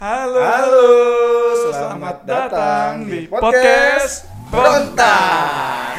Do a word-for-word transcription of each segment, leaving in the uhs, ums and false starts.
Halo, Halo, selamat, selamat datang di podcast Berontak.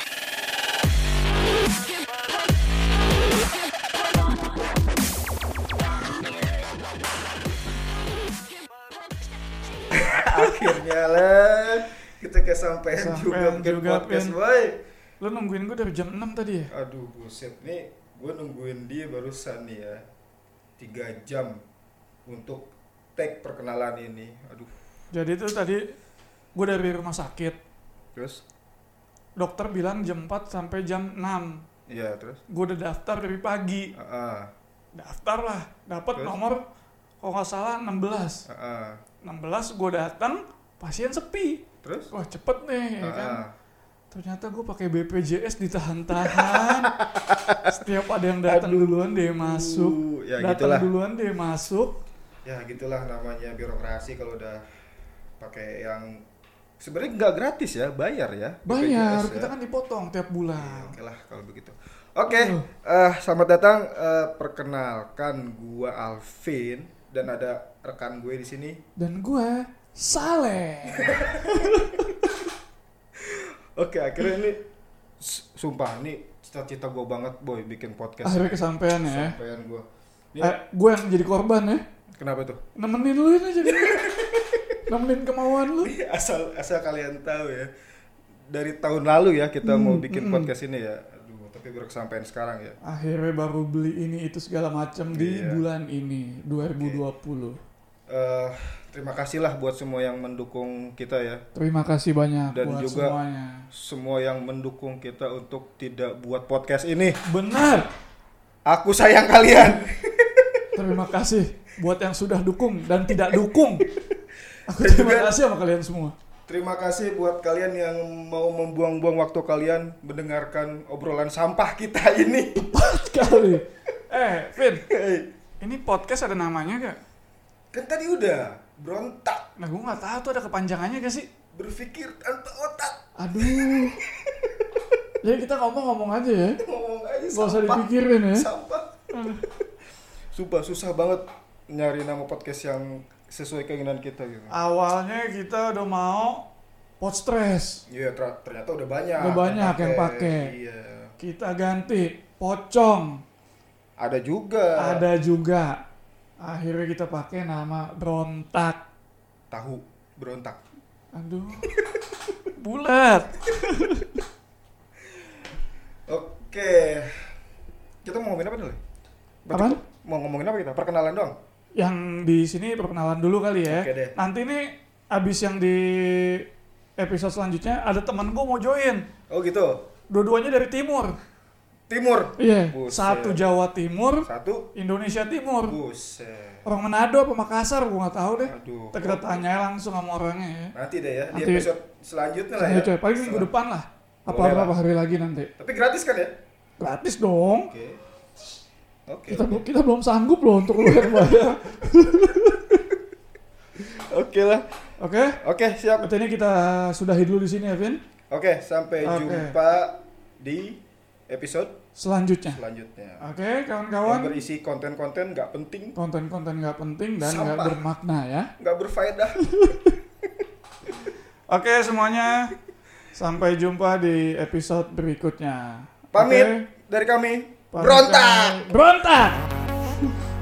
Akhirnya lah kita kesampaian juga bikin podcast, boy. Lo nungguin gue dari jam enam tadi ya? Aduh, buset nih, gue nungguin dia barusan nih ya tiga jam untuk tag perkenalan ini. Aduh. Jadi itu tadi gue dari rumah sakit. Terus? Dokter bilang jam empat sampai jam enam. Iya, terus? Gue udah daftar dari pagi. Uh-uh. Daftar lah, dapat nomor kalau nggak salah enam belas. Uh-uh. enam belas gue datang, pasien sepi. Terus? Wah cepet nih, uh-uh. ya kan? Ternyata gue pakai B P J S ditahan-tahan. Setiap ada yang datang duluan dia masuk, ya, datang duluan dia masuk. Ya gitulah namanya birokrasi kalau udah pakai yang sebenarnya nggak gratis ya, bayar ya. Bayar, B P J S, kita ya. kan dipotong tiap bulan. Ya, oke lah kalau begitu. Oke, okay, uh. uh, selamat datang. Uh, perkenalkan gua Alvin dan ada rekan gue di sini. Dan gua Saleh. Oke, okay, akhirnya ini sumpah nih cita-cita gue banget boy bikin podcast. Akhirnya kesampean ya. Kesampean gue. Eh, gue yang jadi korban ya. Kenapa tuh? Nemenin lu ini jadi. Nemenin kemauan lu. Asal asal kalian tahu ya. Dari tahun lalu ya kita hmm, mau bikin hmm. podcast ini ya. Aduh, tapi baru kesampean sekarang ya. Akhirnya baru beli ini itu segala macam iya. di bulan ini dua ribu dua puluh. Okay. Uh, terima kasih lah buat semua yang mendukung kita ya. Terima kasih banyak dan buat juga semuanya. Semua yang mendukung kita untuk tidak buat podcast ini. Benar. Aku sayang kalian. Terima kasih buat yang sudah dukung dan tidak dukung. Aku terima juga, kasih sama kalian semua. Terima kasih buat kalian yang mau membuang-buang waktu kalian mendengarkan obrolan sampah kita ini. Tepat kali. Eh, Vin. Hey. Ini podcast ada namanya gak? Kan tadi udah, Berontak. Nah, gue nggak tahu tuh ada kepanjangannya gak sih? Berpikir tanpa otak. Aduh. Jadi kita ngomong-ngomong aja ya. Ngomong aja. Gak usah dipikirin ya. Sampah. Sumpah susah banget nyari nama podcast yang sesuai keinginan kita gitu. Awalnya kita udah mau Podstress. Iya, ter- ternyata udah banyak. Udah banyak yang pakai. Iya. Kita ganti Pocong. Ada juga. Ada juga. Akhirnya kita pakai nama Berontak. Tahu berontak. Aduh. Bulat. Oke. Kita mau ngomongin apa dulu? Apaan? Mau ngomongin apa kita? Perkenalan doang? Yang di sini perkenalan dulu kali ya. Oke deh. Nanti nih abis yang di episode selanjutnya ada teman gue mau join. Oh gitu? Dua-duanya dari timur. Timur? Iya. Yeah. Satu Jawa Timur. Satu Indonesia Timur. Buset. Orang Manado apa Makassar gue nggak tahu deh. Aduh. Kita tanya langsung sama orangnya ya. Nanti deh ya. Nanti, di episode selanjutnya lah ya. Coy. Paling minggu depan lah. Apa berapa hari lagi nanti. Tapi gratis kan ya? Gratis dong. Oke. Okay. Okay, kita, okay. kita belum sanggup loh untuk lu yang bayar. Oke lah. Oke. Okay? Oke, okay, siap. Berarti ini kita sudahi dulu di sini ya, Vin. Oke, okay, sampai okay. jumpa di episode selanjutnya. Selanjutnya. Oke, okay, kawan-kawan. Yang berisi konten-konten nggak penting. Konten-konten nggak penting dan nggak bermakna ya. Nggak berfaedah. Oke okay, semuanya, sampai jumpa di episode berikutnya. Pamit okay. dari kami. Berontak! Berontak!